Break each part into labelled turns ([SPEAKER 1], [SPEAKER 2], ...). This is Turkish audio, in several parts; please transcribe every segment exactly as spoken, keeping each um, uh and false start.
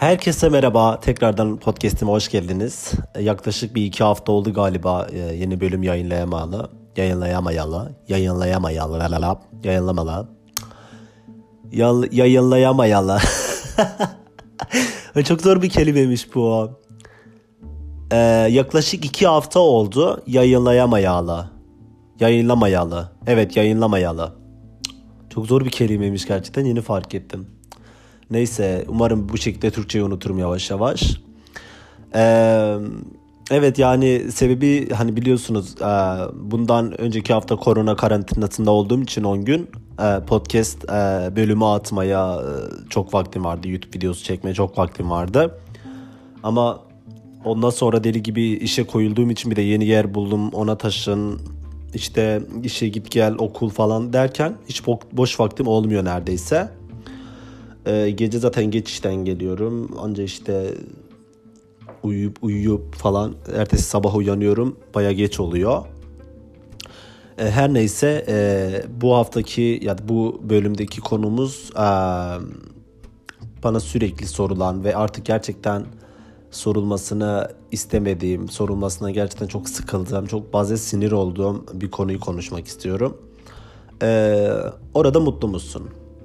[SPEAKER 1] Herkese merhaba. Tekrardan podcast'ime hoş geldiniz. Yaklaşık bir iki hafta oldu galiba yeni bölüm yayınlayamayalı. Yayınlayamayalı. Yayınlayamayalı. Yayınlamalı. Yayınlayamayalı. Çok zor bir kelimeymiş bu. Ee, yaklaşık iki hafta oldu yayınlayamayalı. Yayınlamayalı. Evet, yayınlamayalı. Çok zor bir kelimeymiş gerçekten, yeni fark ettim. Neyse, umarım bu şekilde Türkçeyi unuturum yavaş yavaş. Ee, evet yani sebebi hani biliyorsunuz e, bundan önceki hafta korona karantinasında olduğum için on gün e, podcast e, bölümü atmaya e, çok vaktim vardı. YouTube videosu çekmeye çok vaktim vardı. Ama ondan sonra deli gibi işe koyulduğum için bir de yeni yer buldum, ona taşın, işte işe git gel, okul falan derken hiç bo- boş vaktim olmuyor neredeyse. Ee, gece zaten geç işten geliyorum. Anca işte uyuyup uyuyup falan ertesi sabah uyanıyorum. Baya geç oluyor. Ee, her neyse e, bu haftaki ya da bu bölümdeki konumuz e, bana sürekli sorulan ve artık gerçekten sorulmasını istemediğim, sorulmasına gerçekten çok sıkıldığım, çok bazen sinir olduğum bir konuyu konuşmak istiyorum. Ee, orada mutlu musun?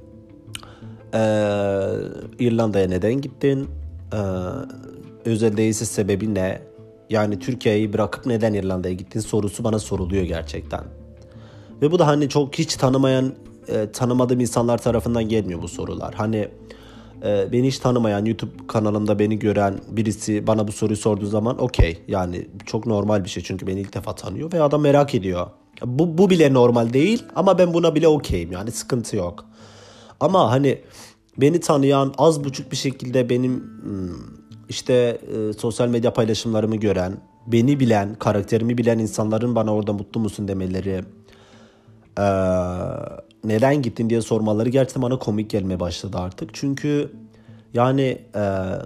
[SPEAKER 1] Ee, İrlanda'ya neden gittin? Ee, özel değilse sebebi ne? Yani Türkiye'yi bırakıp neden İrlanda'ya gittin sorusu bana soruluyor gerçekten. Ve bu da hani çok hiç tanımayan, e, tanımadığım insanlar tarafından gelmiyor bu sorular. Hani e, beni hiç tanımayan, YouTube kanalımda beni gören birisi bana bu soruyu sorduğu zaman okey. Yani çok normal bir şey, çünkü beni ilk defa tanıyor ve adam merak ediyor. Bu, bu bile normal değil ama ben buna bile okeyim, yani sıkıntı yok. Ama hani beni tanıyan, az buçuk bir şekilde benim işte e, sosyal medya paylaşımlarımı gören, beni bilen, karakterimi bilen insanların bana orada mutlu musun demeleri, e, neden gittin diye sormaları gerçekten bana komik gelmeye başladı artık. Çünkü yani e,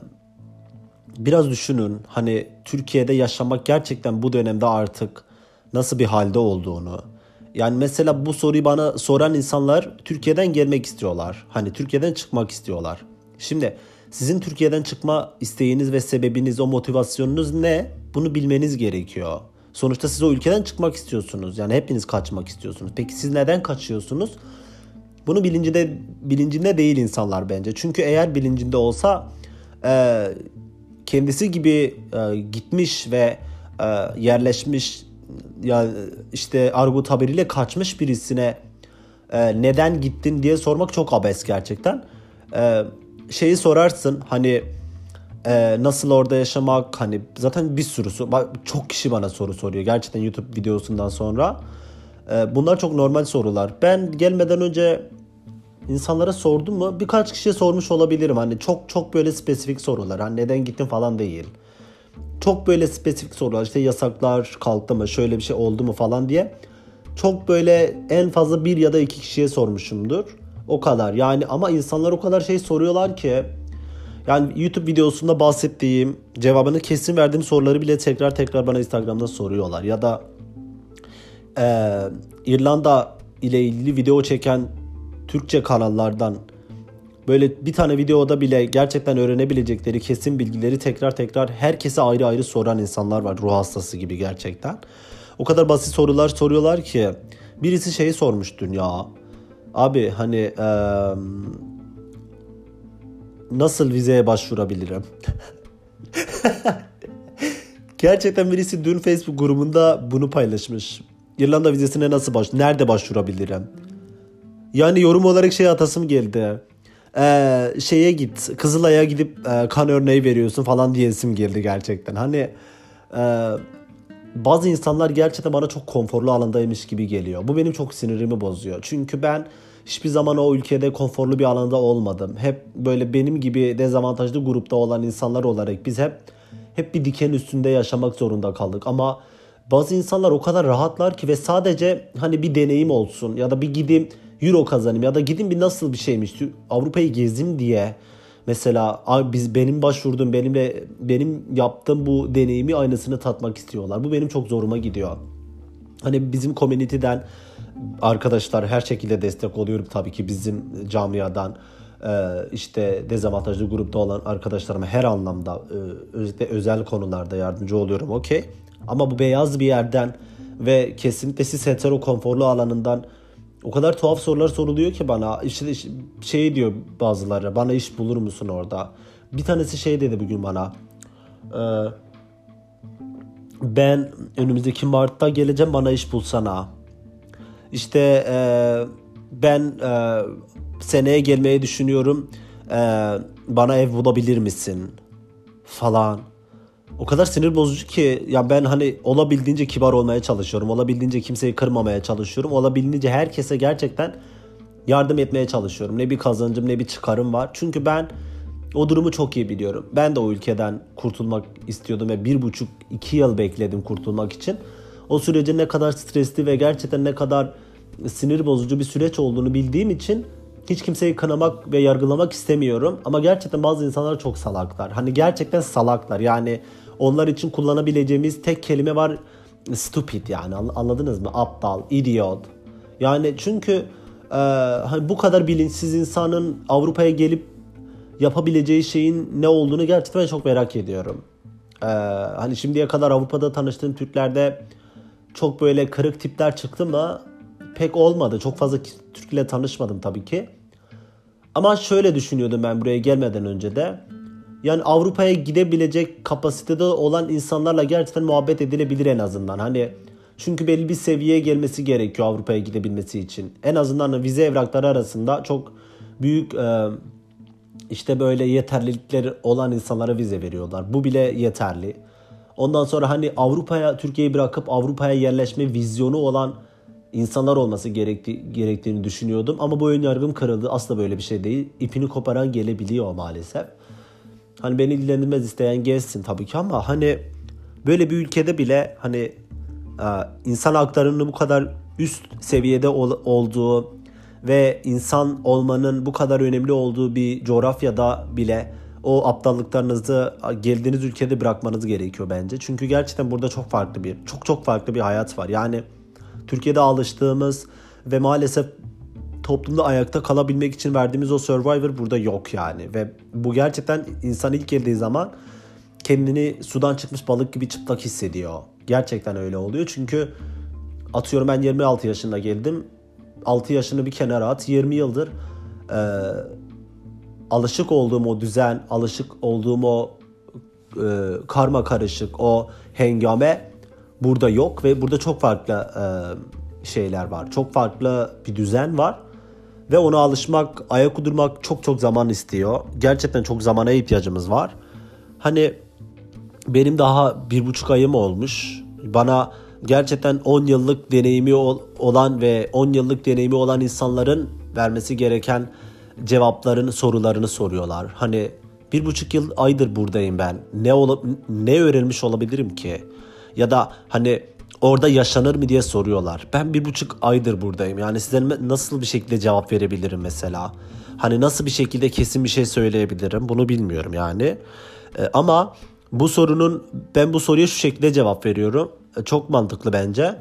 [SPEAKER 1] biraz düşünün, hani Türkiye'de yaşamak gerçekten bu dönemde artık nasıl bir halde olduğunu. Yani mesela bu soruyu bana soran insanlar Türkiye'den gelmek istiyorlar. Hani Türkiye'den çıkmak istiyorlar. Şimdi sizin Türkiye'den çıkma isteğiniz ve sebebiniz, o motivasyonunuz ne? Bunu bilmeniz gerekiyor. Sonuçta siz o ülkeden çıkmak istiyorsunuz. Yani hepiniz kaçmak istiyorsunuz. Peki siz neden kaçıyorsunuz? Bunu bilincinde, bilincinde değil insanlar bence. Çünkü eğer bilincinde olsa e, kendisi gibi e, gitmiş ve e, yerleşmiş, ya işte argo tabiriyle kaçmış birisine e, neden gittin diye sormak çok abes gerçekten. E, şeyi sorarsın hani e, nasıl orada yaşamak, hani zaten bir sürü soru, çok kişi bana soru soruyor gerçekten YouTube videosundan sonra. E, bunlar çok normal sorular. Ben gelmeden önce insanlara sordum mu? Birkaç kişiye sormuş olabilirim. Hani çok çok böyle spesifik sorular. Hani neden gittin falan değil. Çok böyle spesifik sorular, işte yasaklar kalktı mı, şöyle bir şey oldu mu falan diye. Çok böyle en fazla bir ya da iki kişiye sormuşumdur. O kadar yani, ama insanlar o kadar şey soruyorlar ki. Yani YouTube videosunda bahsettiğim, cevabını kesin verdiğim soruları bile tekrar tekrar bana Instagram'da soruyorlar. Ya da e, İrlanda ile ilgili video çeken Türkçe kanallardan böyle bir tane videoda bile gerçekten öğrenebilecekleri kesin bilgileri tekrar tekrar herkese ayrı ayrı soran insanlar var. Ruh hastası gibi gerçekten. O kadar basit sorular soruyorlar ki. Birisi şeyi sormuştun ya. Abi hani e, nasıl vizeye başvurabilirim? Gerçekten birisi dün Facebook grubunda bunu paylaşmış. İrlanda vizesine nasıl baş, nerede başvurabilirim? Yani yorum olarak şey atasım geldi. Ee, şeye git, Kızılay'a gidip e, kan örneği veriyorsun falan diyesim geldi gerçekten. Hani e, bazı insanlar gerçekten bana çok konforlu alandaymış gibi geliyor. Bu benim çok sinirimi bozuyor. Çünkü ben hiçbir zaman o ülkede konforlu bir alanda olmadım. Hep böyle benim gibi dezavantajlı grupta olan insanlar olarak biz hep hep bir diken üstünde yaşamak zorunda kaldık. Ama bazı insanlar o kadar rahatlar ki ve sadece hani bir deneyim olsun ya da bir gideyim euro kazanayım ya da gidin bir nasıl bir şeymiş Avrupa'yı gezdim diye, mesela biz benim başvurduğum, benimle benim yaptığım bu deneyimi aynısını tatmak istiyorlar. Bu benim çok zoruma gidiyor. Hani bizim community'den arkadaşlar her şekilde destek oluyorum tabii ki, bizim camiadan. Ee, işte dezavantajlı grupta olan arkadaşlarıma her anlamda e, özellikle özel konularda yardımcı oluyorum, okey. Ama bu beyaz bir yerden ve kesinlikle siz hetero konforlu alanından o kadar tuhaf sorular soruluyor ki bana. İşte şey diyor bazıları, bana iş bulur musun orada? Bir tanesi şey dedi bugün bana. E, ben önümüzdeki Mart'ta geleceğim, bana iş bulsana. İşte e, ben e, seneye gelmeyi düşünüyorum. E, bana ev bulabilir misin? Falan. O kadar sinir bozucu ki ya, ben hani olabildiğince kibar olmaya çalışıyorum. Olabildiğince kimseyi kırmamaya çalışıyorum. Olabildiğince herkese gerçekten yardım etmeye çalışıyorum. Ne bir kazancım ne bir çıkarım var. Çünkü ben o durumu çok iyi biliyorum. Ben de o ülkeden kurtulmak istiyordum ve bir buçuk iki yıl bekledim kurtulmak için. O sürecin ne kadar stresli ve gerçekten ne kadar sinir bozucu bir süreç olduğunu bildiğim için hiç kimseyi kınamak ve yargılamak istemiyorum. Ama gerçekten bazı insanlar çok salaklar. Hani gerçekten salaklar. Yani onlar için kullanabileceğimiz tek kelime var. Stupid yani, anladınız mı? Aptal, idiot. Yani çünkü e, hani bu kadar bilinçsiz insanın Avrupa'ya gelip yapabileceği şeyin ne olduğunu gerçekten çok merak ediyorum. Ee, hani şimdiye kadar Avrupa'da tanıştığım Türklerde çok böyle kırık tipler çıktı mı? Pek olmadı. Çok fazla Türk'le tanışmadım tabii ki. Ama şöyle düşünüyordum ben buraya gelmeden önce de. Yani Avrupa'ya gidebilecek kapasitede olan insanlarla gerçekten muhabbet edilebilir en azından. Hani çünkü belli bir seviyeye gelmesi gerekiyor Avrupa'ya gidebilmesi için. En azından vize evrakları arasında çok büyük e, işte böyle yeterlilikleri olan insanlara vize veriyorlar. Bu bile yeterli. Ondan sonra hani Avrupa'ya, Türkiye'yi bırakıp Avrupa'ya yerleşme vizyonu olan insanlar olması gerekti, gerektiğini düşünüyordum. Ama bu ön yargım kırıldı. Asla böyle bir şey değil. İpini koparan gelebiliyor maalesef. Hani beni ilgilendirmez, isteyen gezsin tabii ki, ama hani böyle bir ülkede bile hani insan haklarının bu kadar üst seviyede ol, olduğu ve insan olmanın bu kadar önemli olduğu bir coğrafyada bile o aptallıklarınızı geldiğiniz ülkede bırakmanız gerekiyor bence. Çünkü gerçekten burada çok farklı bir, çok çok farklı bir hayat var. Yani Türkiye'de alıştığımız ve maalesef toplumda ayakta kalabilmek için verdiğimiz o survivor burada yok yani. Ve bu gerçekten insan ilk geldiği zaman kendini sudan çıkmış balık gibi çıplak hissediyor. Gerçekten öyle oluyor. Çünkü atıyorum ben yirmi altı yaşında geldim. altı yaşını bir kenara at. yirmi yıldır e, alışık olduğum o düzen, alışık olduğum o e, karma karışık, o hengame burada yok ve burada çok farklı e, şeyler var. Çok farklı bir düzen var ve ona alışmak, ayak uydurmak çok çok zaman istiyor. Gerçekten çok zamana ihtiyacımız var. Hani benim daha bir buçuk ayım olmuş. Bana gerçekten on yıllık deneyimi olan ve on yıllık deneyimi olan insanların vermesi gereken cevapların sorularını soruyorlar. Hani bir buçuk yıl aydır buradayım ben. Ne ol, ne öğrenmiş olabilirim ki? Ya da hani orada yaşanır mı diye soruyorlar. Ben bir buçuk aydır buradayım. Yani size nasıl bir şekilde cevap verebilirim mesela? Hani nasıl bir şekilde kesin bir şey söyleyebilirim? Bunu bilmiyorum yani. Ee, ama bu sorunun, ben bu soruya şu şekilde cevap veriyorum. Ee, çok mantıklı bence.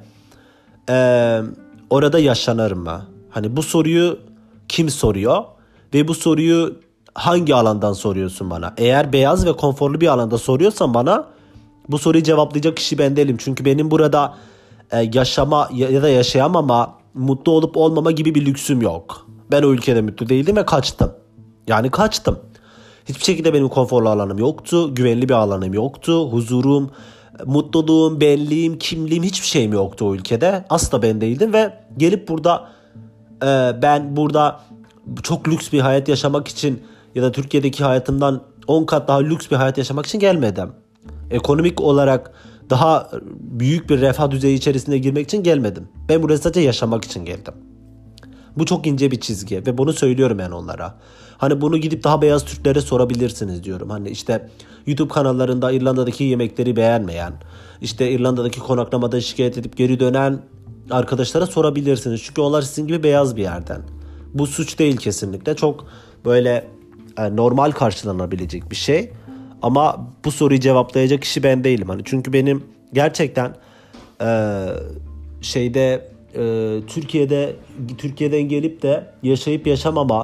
[SPEAKER 1] Ee, orada yaşanır mı? Hani bu soruyu kim soruyor? Ve bu soruyu hangi alandan soruyorsun bana? Eğer beyaz ve konforlu bir alanda soruyorsan bana, bu soruyu cevaplayacak kişi ben değilim. Çünkü benim burada e, yaşama ya da yaşayamama, mutlu olup olmama gibi bir lüksüm yok. Ben o ülkede mutlu değildim ve kaçtım. Yani kaçtım. Hiçbir şekilde benim konforlu alanım yoktu. Güvenli bir alanım yoktu. Huzurum, mutluluğum, benliğim, kimliğim, hiçbir şeyim yoktu o ülkede. Asla ben değildim ve gelip burada e, ben burada çok lüks bir hayat yaşamak için ya da Türkiye'deki hayatımdan on kat daha lüks bir hayat yaşamak için gelmedim. Ekonomik olarak daha büyük bir refah düzeyi içerisine girmek için gelmedim. Ben buraya sadece yaşamak için geldim. Bu çok ince bir çizgi ve bunu söylüyorum yani onlara. Hani bunu gidip daha beyaz Türklere sorabilirsiniz diyorum. Hani işte YouTube kanallarında İrlanda'daki yemekleri beğenmeyen, işte İrlanda'daki konaklamada şikayet edip geri dönen arkadaşlara sorabilirsiniz. Çünkü onlar sizin gibi beyaz bir yerden. Bu suç değil kesinlikle. Çok böyle e, normal karşılanabilecek bir şey. Ama bu soruyu cevaplayacak kişi ben değilim. Hani çünkü benim gerçekten e, şeyde e, Türkiye'de Türkiye'den gelip de yaşayıp yaşamama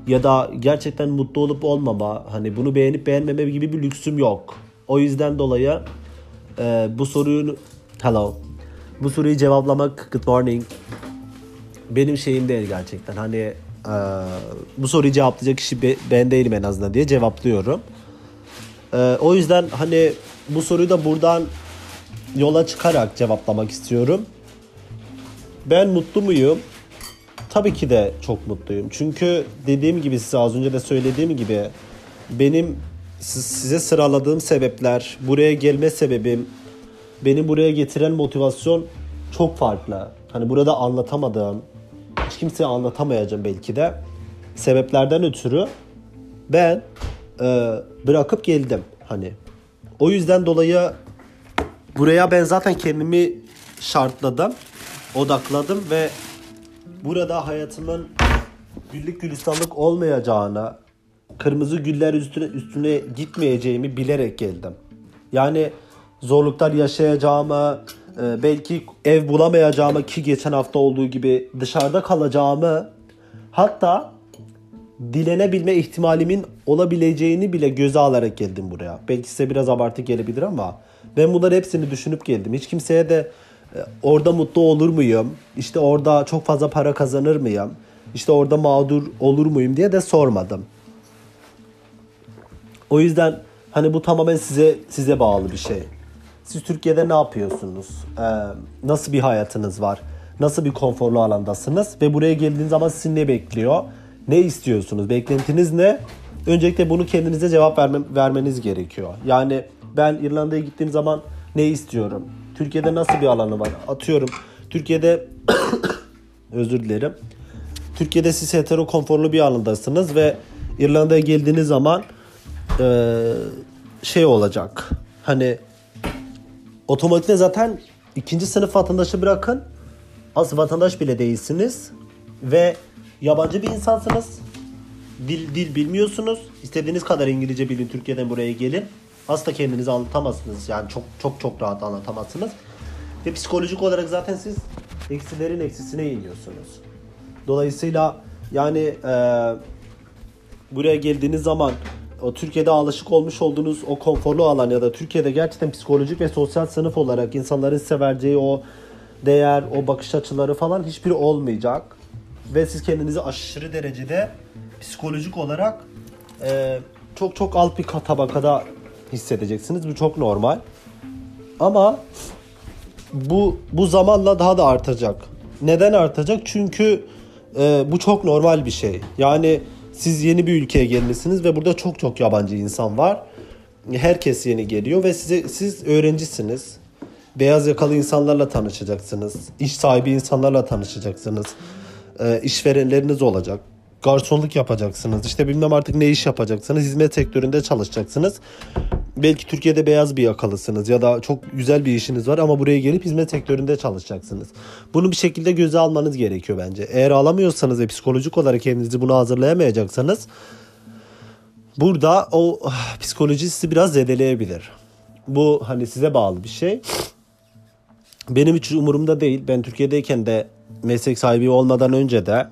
[SPEAKER 1] ya da gerçekten mutlu olup olmama, hani bunu beğenip beğenmeme gibi bir lüksüm yok. O yüzden dolayı e, bu soruyu hello bu soruyu cevaplamak, good morning, benim şeyim değil gerçekten. Hani e, bu soruyu cevaplayacak kişi be, ben değilim en azından diye cevaplıyorum. E, o yüzden hani bu soruyu da buradan yola çıkarak cevaplamak istiyorum. Ben mutlu muyum? Tabii ki de çok mutluyum. Çünkü dediğim gibi, size az önce de söylediğim gibi, benim size sıraladığım sebepler, buraya gelme sebebim, beni buraya getiren motivasyon çok farklı. Hani burada anlatamadığım, hiç kimseye anlatamayacağım belki de sebeplerden ötürü ben e, bırakıp geldim. Hani o yüzden dolayı buraya ben zaten kendimi şartladım, odakladım ve burada hayatımın güllük gülistanlık olmayacağına, kırmızı güller üstüne üstüne gitmeyeceğimi bilerek geldim. Yani zorluklar yaşayacağımı, belki ev bulamayacağımı, ki geçen hafta olduğu gibi dışarıda kalacağımı, hatta dilenebilme ihtimalimin olabileceğini bile göze alarak geldim buraya. Belki size biraz abartı gelebilir ama ben bunları hepsini düşünüp geldim. Hiç kimseye de orada mutlu olur muyum, İşte orada çok fazla para kazanır mıyım, İşte orada mağdur olur muyum diye de sormadım. O yüzden hani bu tamamen size size bağlı bir şey. Siz Türkiye'de ne yapıyorsunuz? Ee, nasıl bir hayatınız var? Nasıl bir konforlu alandasınız? Ve buraya geldiğiniz zaman sizi ne bekliyor? Ne istiyorsunuz? Beklentiniz ne? Öncelikle bunu kendinize cevap verme, vermeniz gerekiyor. Yani ben İrlanda'ya gittiğim zaman ne istiyorum? Türkiye'de nasıl bir alanı var? Atıyorum Türkiye'de özür dilerim. Türkiye'de siz hetero konforlu bir alandasınız ve İrlanda'ya geldiğiniz zaman ee, şey olacak. Hani otomatikle zaten ikinci sınıf vatandaşı bırakın, az vatandaş bile değilsiniz ve yabancı bir insansınız. Dil dil bilmiyorsunuz. İstediğiniz kadar İngilizce bilin, Türkiye'den buraya gelin. Asla kendinizi anlatamazsınız. Yani çok çok çok rahat anlatamazsınız. Ve psikolojik olarak zaten siz eksilerin eksisine iniyorsunuz. Dolayısıyla yani e, buraya geldiğiniz zaman o Türkiye'de alışık olmuş olduğunuz o konforlu alan ya da Türkiye'de gerçekten psikolojik ve sosyal sınıf olarak insanların size vereceği o değer, o bakış açıları falan hiçbiri olmayacak. Ve siz kendinizi aşırı derecede psikolojik olarak e, çok çok alt bir tabakada hissedeceksiniz. Bu çok normal. Ama bu bu zamanla daha da artacak. Neden artacak? Çünkü e, bu çok normal bir şey. Yani siz yeni bir ülkeye gelmişsiniz ve burada çok çok yabancı insan var. Herkes yeni geliyor ve size, siz öğrencisiniz. Beyaz yakalı insanlarla tanışacaksınız. İş sahibi insanlarla tanışacaksınız. E, işverenleriniz olacak. Garsonluk yapacaksınız. İşte bilmem artık ne iş yapacaksınız. Hizmet sektöründe çalışacaksınız. Belki Türkiye'de beyaz bir yakalısınız ya da çok güzel bir işiniz var ama buraya gelip hizmet sektöründe çalışacaksınız. Bunu bir şekilde göze almanız gerekiyor bence. Eğer alamıyorsanız ve psikolojik olarak kendinizi buna hazırlayamayacaksanız burada o ah, psikoloji sizi biraz zedeleyebilir. Bu hani size bağlı bir şey. Benim hiç umurumda değil. Ben Türkiye'deyken de meslek sahibi olmadan önce de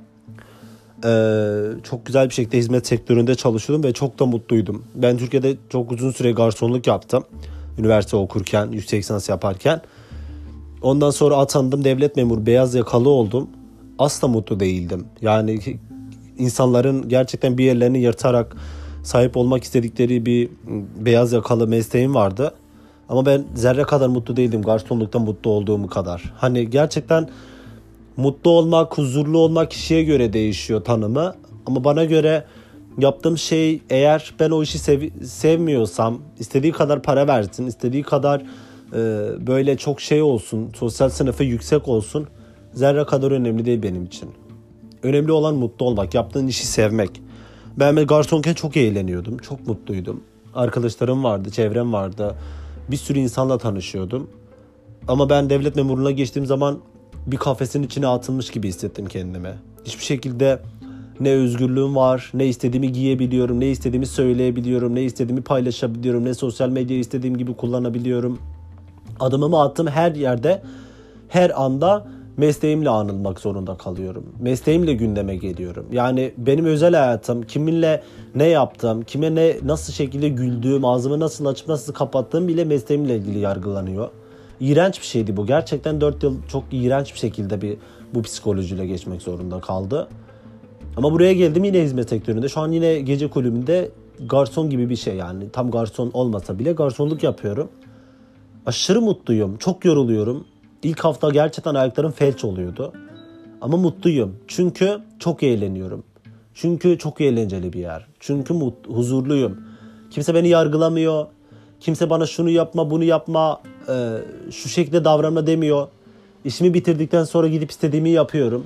[SPEAKER 1] Ee, çok güzel bir şekilde hizmet sektöründe çalışıyordum ve çok da mutluydum. Ben Türkiye'de çok uzun süre garsonluk yaptım. Üniversite okurken, yüksek lisans yaparken. Ondan sonra atandım, devlet memuru, beyaz yakalı oldum. Asla mutlu değildim. Yani insanların gerçekten bir yerlerini yırtarak sahip olmak istedikleri bir beyaz yakalı mesleğim vardı. Ama ben zerre kadar mutlu değildim garsonlukta mutlu olduğum kadar. Hani gerçekten mutlu olmak, huzurlu olmak kişiye göre değişiyor tanımı. Ama bana göre yaptığım şey, eğer ben o işi sev- sevmiyorsam, istediği kadar para versin, istediği kadar e, böyle çok şey olsun, sosyal sınıfı yüksek olsun, zerre kadar önemli değil benim için. Önemli olan mutlu olmak, yaptığın işi sevmek. Ben garsonken çok eğleniyordum, çok mutluydum. Arkadaşlarım vardı, çevrem vardı. Bir sürü insanla tanışıyordum. Ama ben devlet memurluğuna geçtiğim zaman bir kafesin içine atılmış gibi hissettim kendimi. Hiçbir şekilde ne özgürlüğüm var, ne istediğimi giyebiliyorum, ne istediğimi söyleyebiliyorum, ne istediğimi paylaşabiliyorum, ne sosyal medyayı istediğim gibi kullanabiliyorum. Adımımı attığım her yerde, her anda mesleğimle anılmak zorunda kalıyorum. Mesleğimle gündeme geliyorum. Yani benim özel hayatım, kiminle ne yaptım, kime ne nasıl şekilde güldüğüm, ağzımı nasıl açıp nasıl kapattığım bile mesleğimle ilgili yargılanıyor. İğrenç bir şeydi bu. Gerçekten dört yıl çok iğrenç bir şekilde bir bu psikolojiyle geçmek zorunda kaldı. Ama buraya geldim yine hizmet sektöründe. Şu an yine gece kulübünde garson gibi bir şey yani. Tam garson olmasa bile garsonluk yapıyorum. Aşırı mutluyum. Çok yoruluyorum. İlk hafta gerçekten ayaklarım felç oluyordu. Ama mutluyum. Çünkü çok eğleniyorum. Çünkü çok eğlenceli bir yer. Çünkü mut, huzurluyum. Kimse beni yargılamıyor. Kimse bana şunu yapma, bunu yapma, e, şu şekilde davranma demiyor. İşimi bitirdikten sonra gidip istediğimi yapıyorum.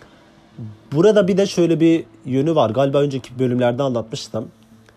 [SPEAKER 1] Burada bir de şöyle bir yönü var. Galiba önceki bölümlerde anlatmıştım.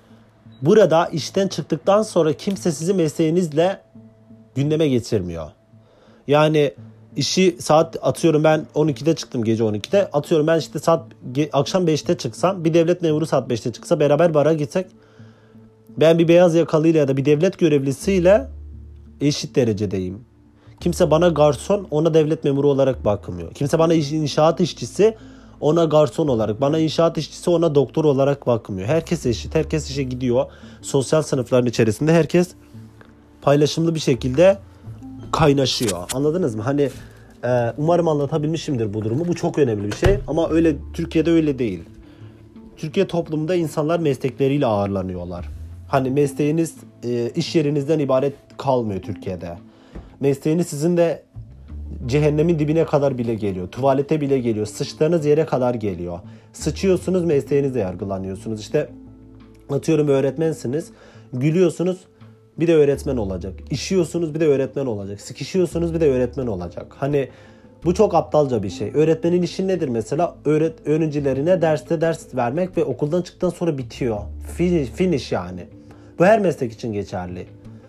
[SPEAKER 1] Burada işten çıktıktan sonra kimse sizi mesleğinizle gündeme getirmiyor. Yani işi saat atıyorum ben on ikide çıktım, gece on ikide. Atıyorum ben işte saat akşam beşte çıksam, bir devlet memuru saat beşte çıksa, beraber bara gitsek, ben bir beyaz yakalıyla ya da bir devlet görevlisiyle eşit derecedeyim. Kimse bana garson, ona devlet memuru olarak bakmıyor. Kimse bana inşaat işçisi, ona garson olarak, bana inşaat işçisi, ona doktor olarak bakmıyor. Herkes eşit, herkes işe gidiyor. Sosyal sınıfların içerisinde herkes paylaşımlı bir şekilde kaynaşıyor. Anladınız mı? Hani e, umarım anlatabilmişimdir bu durumu. Bu çok önemli bir şey ama öyle Türkiye'de öyle değil. Türkiye toplumunda insanlar meslekleriyle ağırlanıyorlar. Hani mesleğiniz e, iş yerinizden ibaret kalmıyor Türkiye'de. Mesleğiniz sizin de cehennemin dibine kadar bile geliyor. Tuvalete bile geliyor. Sıçtığınız yere kadar geliyor. Sıçıyorsunuz, mesleğinizle yargılanıyorsunuz. İşte atıyorum öğretmensiniz. Gülüyorsunuz, bir de öğretmen olacak. İşiyorsunuz, bir de öğretmen olacak. Sıkışıyorsunuz, bir de öğretmen olacak. Hani bu çok aptalca bir şey. Öğretmenin işi nedir mesela? Öğret öğrencilerine derste ders vermek ve okuldan çıktıktan sonra bitiyor. Finish, finish yani. Bu her meslek için geçerli.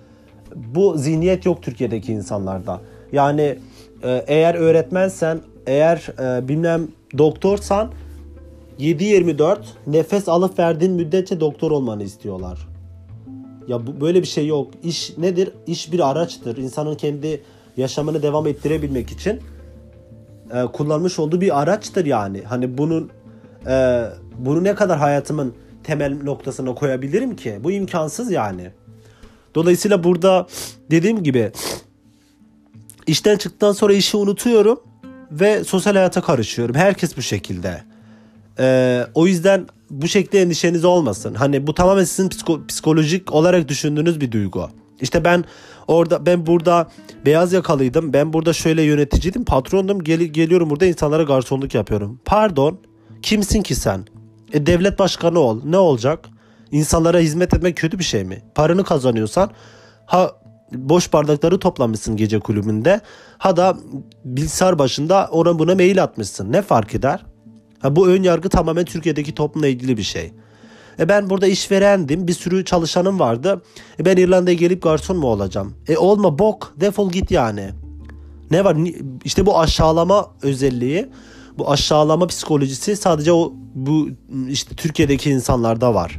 [SPEAKER 1] Bu zihniyet yok Türkiye'deki insanlarda. Yani e, eğer öğretmensen, eğer e, bilmem doktorsan yedi yirmi dört nefes alıp verdiğin müddetçe doktor olmanı istiyorlar. Ya bu, böyle bir şey yok. İş nedir? İş bir araçtır. İnsanın kendi yaşamını devam ettirebilmek için e, kullanmış olduğu bir araçtır yani. Hani bunun e, bunu ne kadar hayatımın temel noktasına koyabilirim ki? Bu imkansız yani. Dolayısıyla burada dediğim gibi işten çıktıktan sonra işi unutuyorum ve sosyal hayata karışıyorum. Herkes bu şekilde. Ee, o yüzden bu şekilde endişeniz olmasın. Hani bu tamamen sizin psiko- psikolojik olarak düşündüğünüz bir duygu. İşte ben orada, ben burada beyaz yakalıydım. Ben burada şöyle yöneticiydim, patrondum. Gel- geliyorum burada insanlara garsonluk yapıyorum. Pardon, kimsin ki sen? E, devlet başkanı ol. Ne olacak? İnsanlara hizmet etmek kötü bir şey mi? Paranı kazanıyorsan, ha boş bardakları toplamışsın gece kulübünde, ha da bilgisayar başında ona buna mail atmışsın. Ne fark eder? Ha, bu ön yargı tamamen Türkiye'deki toplumla ilgili bir şey. E ben burada işverendim, bir sürü çalışanım vardı. E ben İrlanda'ya gelip garson mu olacağım? E olma, bok, defol git yani. Ne var? İşte bu aşağılama özelliği, bu aşağılama psikolojisi sadece o bu işte Türkiye'deki insanlarda var.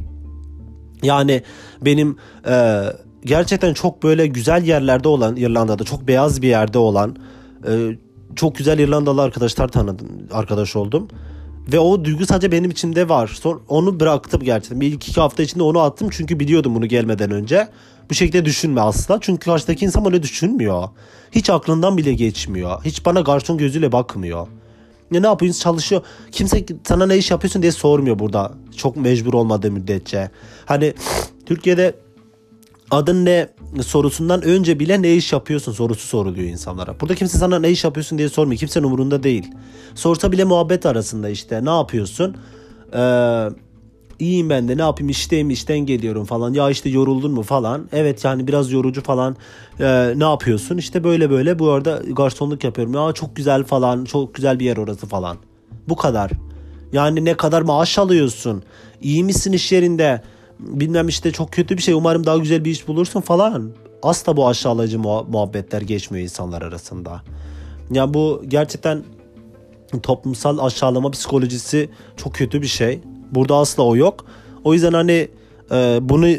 [SPEAKER 1] Yani benim e, gerçekten çok böyle güzel yerlerde olan, İrlanda'da çok beyaz bir yerde olan e, çok güzel İrlandalı arkadaşlar tanıdım, arkadaş oldum. Ve o duygu sadece benim içimde var. Sonra onu bıraktım gerçekten. Bir ilk iki hafta içinde onu attım çünkü biliyordum bunu gelmeden önce. Bu şekilde düşünme asla. Çünkü karşıdaki insan öyle düşünmüyor. Hiç aklından bile geçmiyor. Hiç bana garson gözüyle bakmıyor. Ya ne yapıyorsun? Çalışıyor. Kimse sana ne iş yapıyorsun diye sormuyor burada. Çok mecbur olmadığı müddetçe. Hani Türkiye'de adın ne sorusundan önce bile ne iş yapıyorsun sorusu soruluyor insanlara. Burada kimse sana ne iş yapıyorsun diye sormuyor. Kimsenin umurunda değil. Sorsa bile muhabbet arasında işte ne yapıyorsun? Ee, iyiyim ben de, ne yapayım, işteyim, işten geliyorum falan. Ya işte yoruldun mu falan. Evet yani biraz yorucu falan. Ee, ne yapıyorsun? İşte böyle böyle bu arada garsonluk yapıyorum. Ya çok güzel falan, çok güzel bir yer orası falan. Bu kadar. Yani ne kadar maaş alıyorsun? İyi misin iş yerinde? Bilmem işte çok kötü bir şey, umarım daha güzel bir iş bulursun falan. Asla bu aşağılayıcı muhabbetler geçmiyor insanlar arasında. Ya bu gerçekten toplumsal aşağılama psikolojisi çok kötü bir şey. Burada asla o yok. O yüzden hani e, bunu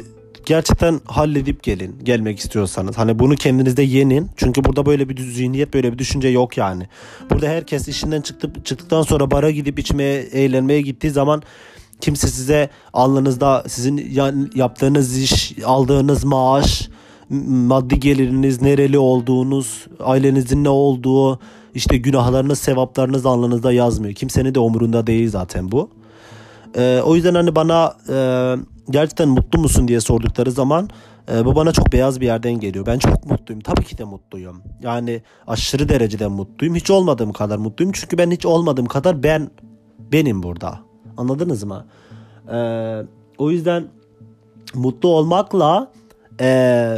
[SPEAKER 1] gerçekten halledip gelin, gelmek istiyorsanız. Hani bunu kendinizde yenin. Çünkü burada böyle bir zihniyet, böyle bir düşünce yok yani. Burada herkes işinden çıktı, çıktıktan sonra bara gidip içmeye, eğlenmeye gittiği zaman kimse size alnınızda sizin yaptığınız iş, aldığınız maaş, maddi geliriniz, nereli olduğunuz, ailenizin ne olduğu, işte günahlarınız, sevaplarınız alnınızda yazmıyor. Kimsenin de umurunda değil zaten bu. Ee, o yüzden hani bana e, gerçekten mutlu musun diye sordukları zaman e, bu bana çok beyaz bir yerden geliyor. Ben çok mutluyum. Tabii ki de mutluyum. Yani aşırı derecede mutluyum. Hiç olmadığım kadar mutluyum. Çünkü ben hiç olmadığım kadar ben benim burada. Anladınız mı? Ee, o yüzden mutlu olmakla e,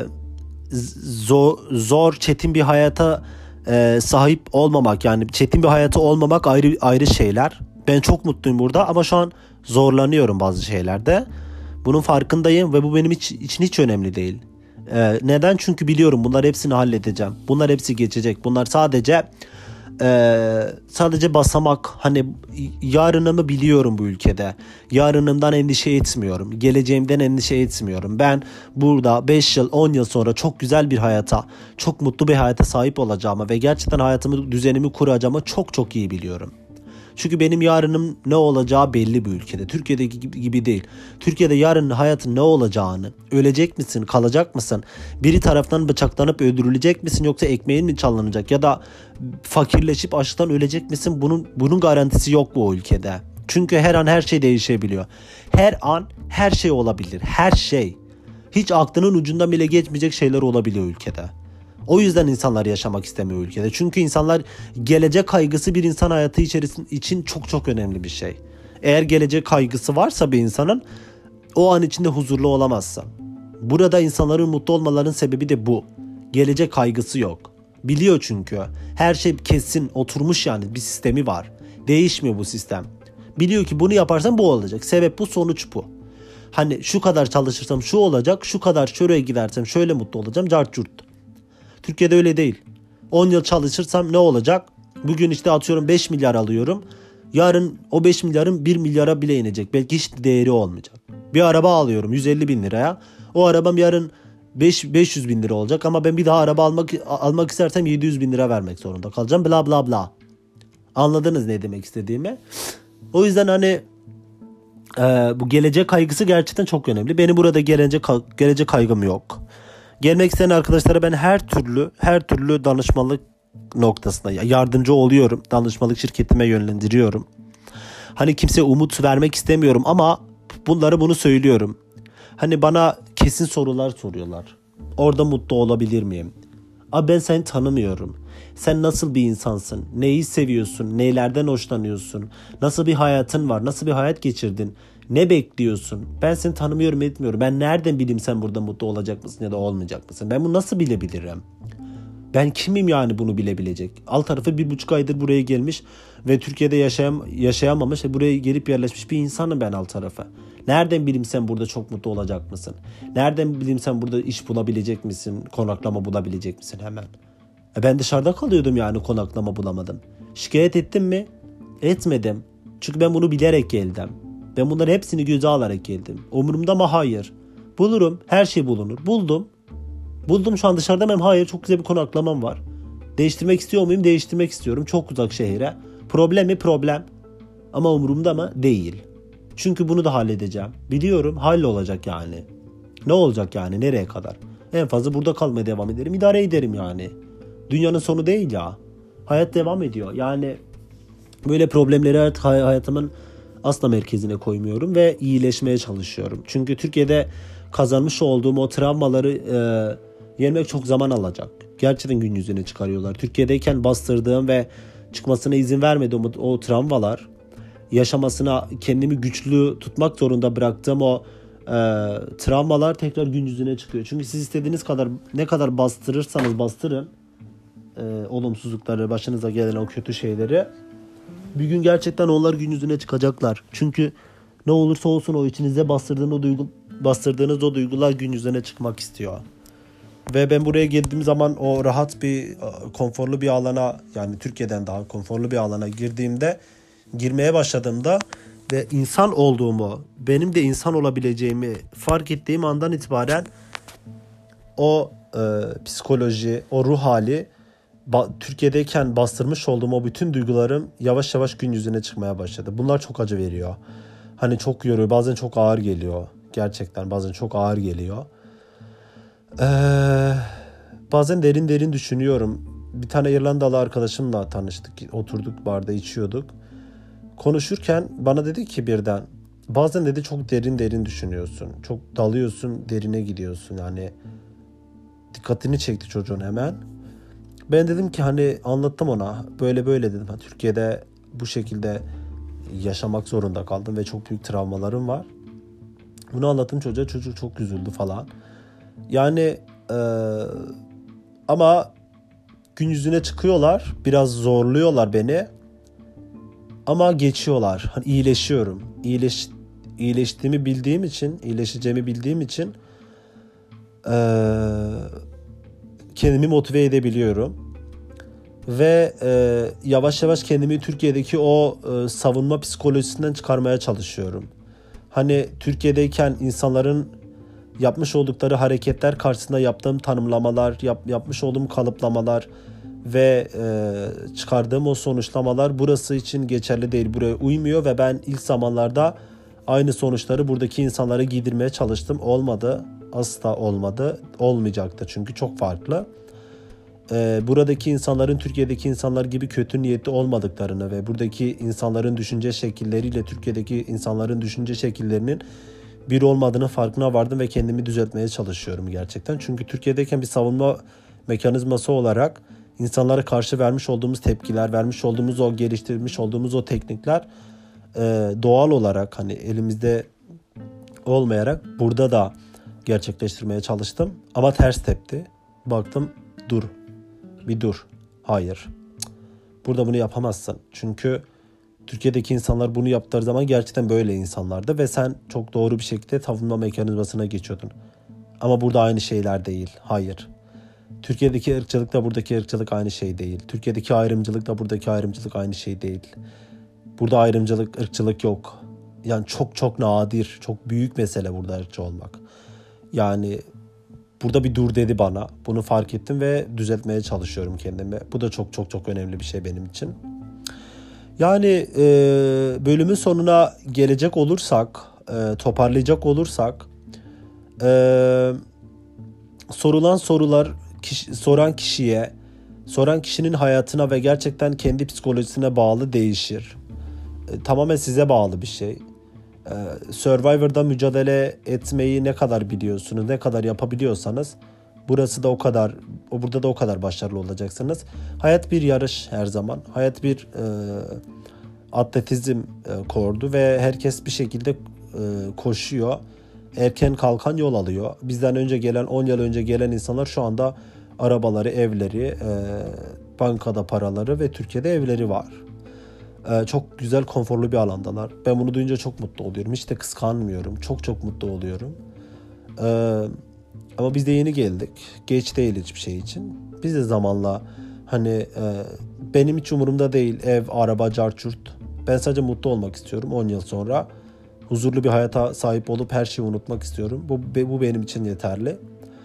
[SPEAKER 1] zor, zor, çetin bir hayata e, sahip olmamak, yani çetin bir hayatı olmamak ayrı ayrı şeyler. Ben çok mutluyum burada ama şu an zorlanıyorum bazı şeylerde. Bunun farkındayım ve bu benim hiç, için hiç önemli değil. Ee, neden? Çünkü biliyorum bunlar hepsini halledeceğim. Bunlar hepsi geçecek. Bunlar sadece e, sadece basamak. Hani yarınımı biliyorum bu ülkede. Yarınımdan endişe etmiyorum. Geleceğimden endişe etmiyorum. Ben burada beş yıl, on yıl sonra çok güzel bir hayata, çok mutlu bir hayata sahip olacağımı ve gerçekten hayatımı, düzenimi kuracağımı çok çok iyi biliyorum. Çünkü benim yarınım ne olacağı belli bu ülkede. Türkiye'deki gibi değil. Türkiye'de yarın hayatın ne olacağını, ölecek misin, kalacak mısın, biri taraftan bıçaklanıp öldürülecek misin, yoksa ekmeğin mi çalınacak ya da fakirleşip açlıktan ölecek misin, bunun bunun garantisi yok bu ülkede. Çünkü her an her şey değişebiliyor. Her an her şey olabilir. Her şey. Hiç aklının ucundan bile geçmeyecek şeyler olabiliyor ülkede. O yüzden insanlar yaşamak istemiyor ülkede. Çünkü insanlar, gelecek kaygısı bir insan hayatı içerisinde için çok çok önemli bir şey. Eğer gelecek kaygısı varsa bir insanın, o an içinde huzurlu olamazsa. Burada insanların mutlu olmalarının sebebi de bu. Gelecek kaygısı yok. Biliyor çünkü. Her şey kesin oturmuş, yani bir sistemi var. Değişmiyor bu sistem. Biliyor ki bunu yaparsam bu olacak. Sebep bu, sonuç bu. Hani şu kadar çalışırsam şu olacak, şu kadar şuraya gidersem şöyle mutlu olacağım, cart curt. Türkiye'de öyle değil. on yıl çalışırsam ne olacak? Bugün işte atıyorum beş milyar alıyorum. Yarın o beş milyarın bir milyara bile inecek. Belki hiç değeri olmayacak. Bir araba alıyorum yüz elli bin liraya. O arabam yarın beş yüz bin lira olacak. Ama ben bir daha araba almak almak istersem yedi yüz bin lira vermek zorunda kalacağım. Bla bla bla. Anladınız ne demek istediğimi? O yüzden hani e, bu gelecek kaygısı gerçekten çok önemli. Benim burada gelecek, gelecek kaygım yok. Gelmek isteyen arkadaşlara ben her türlü her türlü danışmanlık noktasında yardımcı oluyorum. Danışmanlık şirketime yönlendiriyorum. Hani kimseye umut vermek istemiyorum ama bunları bunu söylüyorum. Hani bana kesin sorular soruyorlar. Orada mutlu olabilir miyim? Abi ben seni tanımıyorum. Sen nasıl bir insansın? Neyi seviyorsun? Neylerden hoşlanıyorsun? Nasıl bir hayatın var? Nasıl bir hayat geçirdin? Ne bekliyorsun? Ben seni tanımıyorum, etmiyorum. Ben nereden bileyim sen burada mutlu olacak mısın ya da olmayacak mısın? Ben bunu nasıl bilebilirim? Ben kimim yani bunu bilebilecek? Alt tarafı bir buçuk aydır buraya gelmiş ve Türkiye'de yaşayam yaşayamamış ve buraya gelip yerleşmiş bir insanım ben alt tarafa. Nereden bileyim sen burada çok mutlu olacak mısın? Nereden bileyim sen burada iş bulabilecek misin? Konaklama bulabilecek misin hemen? E ben dışarıda kalıyordum, yani konaklama bulamadım. Şikayet ettim mi? Etmedim. Çünkü ben bunu bilerek geldim. Ben bunların hepsini göze alarak geldim. Umurumda mı? Hayır. Bulurum. Her şey bulunur. Buldum. Buldum, şu an dışarıda mıyım? Hayır. Çok güzel bir konaklamam var. Değiştirmek istiyor muyum? Değiştirmek istiyorum. Çok uzak şehire. Problem mi? Problem. Ama umurumda mı? Değil. Çünkü bunu da halledeceğim. Biliyorum. Hallolacak yani. Ne olacak yani? Nereye kadar? En fazla burada kalmaya devam ederim. İdare ederim yani. Dünyanın sonu değil ya. Hayat devam ediyor. Yani böyle problemleri hayatımın asla merkezine koymuyorum ve iyileşmeye çalışıyorum. Çünkü Türkiye'de kazanmış olduğum o travmaları e, yenmek çok zaman alacak. Gerçekten gün yüzüne çıkarıyorlar. Türkiye'deyken bastırdığım ve çıkmasına izin vermediğim o, o travmalar, yaşamasına kendimi güçlü tutmak zorunda bıraktığım o e, travmalar tekrar gün yüzüne çıkıyor. Çünkü siz istediğiniz kadar, ne kadar bastırırsanız bastırın e, olumsuzlukları, başınıza gelen o kötü şeyleri, bir gün gerçekten onlar gün yüzüne çıkacaklar. Çünkü ne olursa olsun o içinizde bastırdığınız o, duygu, bastırdığınız o duygular gün yüzüne çıkmak istiyor. Ve ben buraya geldiğim zaman o rahat bir, konforlu bir alana, yani Türkiye'den daha konforlu bir alana girdiğimde, girmeye başladığımda ve insan olduğumu, benim de insan olabileceğimi fark ettiğim andan itibaren o e, psikoloji, o ruh hali ba- Türkiye'deyken bastırmış olduğum o bütün duygularım yavaş yavaş gün yüzüne çıkmaya başladı. Bunlar çok acı veriyor. Hani çok yoruyor, bazen çok ağır geliyor. Gerçekten bazen çok ağır geliyor. Ee, bazen derin derin düşünüyorum. Bir tane İrlandalı arkadaşımla tanıştık. Oturduk barda içiyorduk. Konuşurken bana dedi ki birden, bazen dedi çok derin derin düşünüyorsun. Çok dalıyorsun, derine gidiyorsun. Yani dikkatini çekti çocuğun hemen. Ben dedim ki hani anlattım ona. Böyle böyle dedim. Ha, Türkiye'de bu şekilde yaşamak zorunda kaldım ve çok büyük travmalarım var. Bunu anlattım çocuğa. Çocuk çok üzüldü falan. Yani e, ama gün yüzüne çıkıyorlar. Biraz zorluyorlar beni. Ama geçiyorlar. Hani iyileşiyorum. İyileş, iyileştiğimi bildiğim için, iyileşeceğimi bildiğim için e, kendimi motive edebiliyorum. Ve e, yavaş yavaş kendimi Türkiye'deki o e, savunma psikolojisinden çıkarmaya çalışıyorum. Hani Türkiye'deyken insanların yapmış oldukları hareketler karşısında yaptığım tanımlamalar, yap, yapmış olduğum kalıplamalar ve e, çıkardığım o sonuçlamalar burası için geçerli değil, buraya uymuyor ve ben ilk zamanlarda aynı sonuçları buradaki insanlara giydirmeye çalıştım. Olmadı, asla olmadı, olmayacaktı çünkü çok farklı. E, buradaki insanların Türkiye'deki insanlar gibi kötü niyetli olmadıklarını ve buradaki insanların düşünce şekilleriyle Türkiye'deki insanların düşünce şekillerinin bir olmadığını farkına vardım ve kendimi düzeltmeye çalışıyorum gerçekten. Çünkü Türkiye'deyken bir savunma mekanizması olarak insanlara karşı vermiş olduğumuz tepkiler, vermiş olduğumuz o geliştirmiş olduğumuz o teknikler e, doğal olarak hani elimizde olmayarak burada da gerçekleştirmeye çalıştım. Ama ters tepti. Baktım dur, bir dur. Hayır. Burada bunu yapamazsın. Çünkü Türkiye'deki insanlar bunu yaptığı zaman gerçekten böyle insanlardı ve sen çok doğru bir şekilde savunma mekanizmasına geçiyordun. Ama burada aynı şeyler değil. Hayır. Türkiye'deki ırkçılıkla buradaki ırkçılık aynı şey değil. Türkiye'deki ayrımcılıkla buradaki ayrımcılık aynı şey değil. Burada ayrımcılık, ırkçılık yok. Yani çok çok nadir, çok büyük mesele burada ırkçı olmak. Yani burada bir dur dedi bana. Bunu fark ettim ve düzeltmeye çalışıyorum kendimi. Bu da çok çok çok önemli bir şey benim için. Yani e, bölümün sonuna gelecek olursak, e, toparlayacak olursak, e, sorulan sorular kişi, soran kişiye, soran kişinin hayatına ve gerçekten kendi psikolojisine bağlı değişir. E, tamamen size bağlı bir şey. E, Survivor'da mücadele etmeyi ne kadar biliyorsunuz, ne kadar yapabiliyorsanız, burası da o kadar, o burada da o kadar başarılı olacaksınız. Hayat bir yarış her zaman. Hayat bir e, atletizm e, kordu ve herkes bir şekilde e, koşuyor. Erken kalkan yol alıyor. Bizden önce gelen, on yıl önce gelen insanlar şu anda arabaları, evleri, e, bankada paraları ve Türkiye'de evleri var. E, çok güzel, konforlu bir alandalar. Ben bunu duyunca çok mutlu oluyorum. Hiç de kıskanmıyorum. Çok çok mutlu oluyorum. E, ama biz de yeni geldik. Geç değil hiçbir şey için. Biz de zamanla hani e, benim hiç umurumda değil ev, araba, carçurt. Ben sadece mutlu olmak istiyorum on yıl sonra. Huzurlu bir hayata sahip olup her şeyi unutmak istiyorum. Bu, bu benim için yeterli.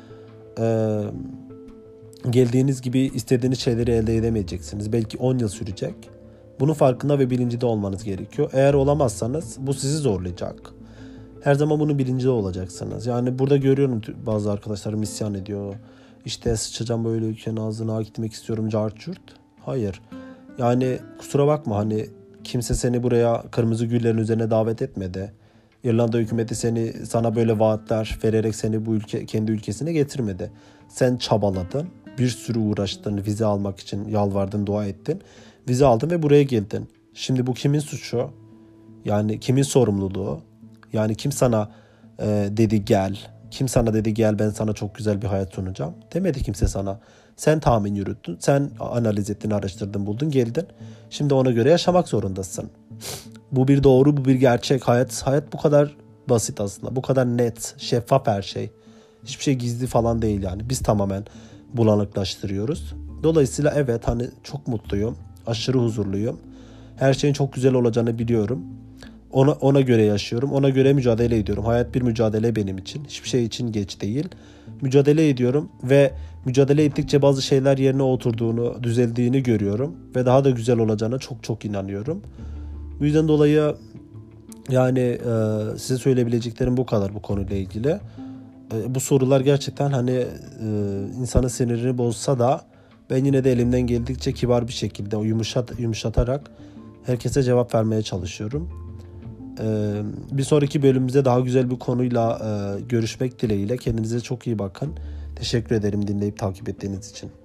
[SPEAKER 1] Ee, geldiğiniz gibi istediğiniz şeyleri elde edemeyeceksiniz. Belki on yıl sürecek. Bunun farkında ve bilincinde olmanız gerekiyor. Eğer olamazsanız bu sizi zorlayacak. Her zaman bunun bilincinde olacaksınız. Yani burada görüyorum bazı arkadaşlarım isyan ediyor. İşte sıçacağım böyle ülkenin ağzına gitmek istiyorum carçurt. Hayır. Yani kusura bakma hani kimse seni buraya kırmızı güllerin üzerine davet etmedi. İrlanda hükümeti seni sana böyle vaatler vererek seni bu ülke kendi ülkesine getirmedi. Sen çabaladın, bir sürü uğraştın, vize almak için yalvardın, dua ettin. Vize aldın ve buraya geldin. Şimdi bu kimin suçu? Yani kimin sorumluluğu? Yani kim sana e, dedi gel? Kim sana dedi gel ben sana çok güzel bir hayat sunacağım? Demedi kimse sana. Sen tahmin yürüttün, sen analiz ettin, araştırdın, buldun, geldin. Şimdi ona göre yaşamak zorundasın. Bu bir doğru, bu bir gerçek. Hayat hayat bu kadar basit aslında. Bu kadar net, şeffaf her şey. Hiçbir şey gizli falan değil yani. Biz tamamen bulanıklaştırıyoruz. Dolayısıyla evet hani çok mutluyum. Aşırı huzurluyum. Her şeyin çok güzel olacağını biliyorum. Ona, ona göre yaşıyorum. Ona göre mücadele ediyorum. Hayat bir mücadele benim için. Hiçbir şey için geç değil. Mücadele ediyorum ve mücadele ettikçe bazı şeyler yerine oturduğunu, düzeldiğini görüyorum. Ve daha da güzel olacağına çok çok inanıyorum. Bu yüzden dolayı yani e, size söyleyebileceklerim bu kadar bu konuyla ilgili. E, bu sorular gerçekten hani e, insanın sinirini bozsa da ben yine de elimden geldikçe kibar bir şekilde o yumuşat, yumuşatarak herkese cevap vermeye çalışıyorum. E, bir sonraki bölümümüzde daha güzel bir konuyla e, görüşmek dileğiyle. Kendinize çok iyi bakın. Teşekkür ederim dinleyip takip ettiğiniz için.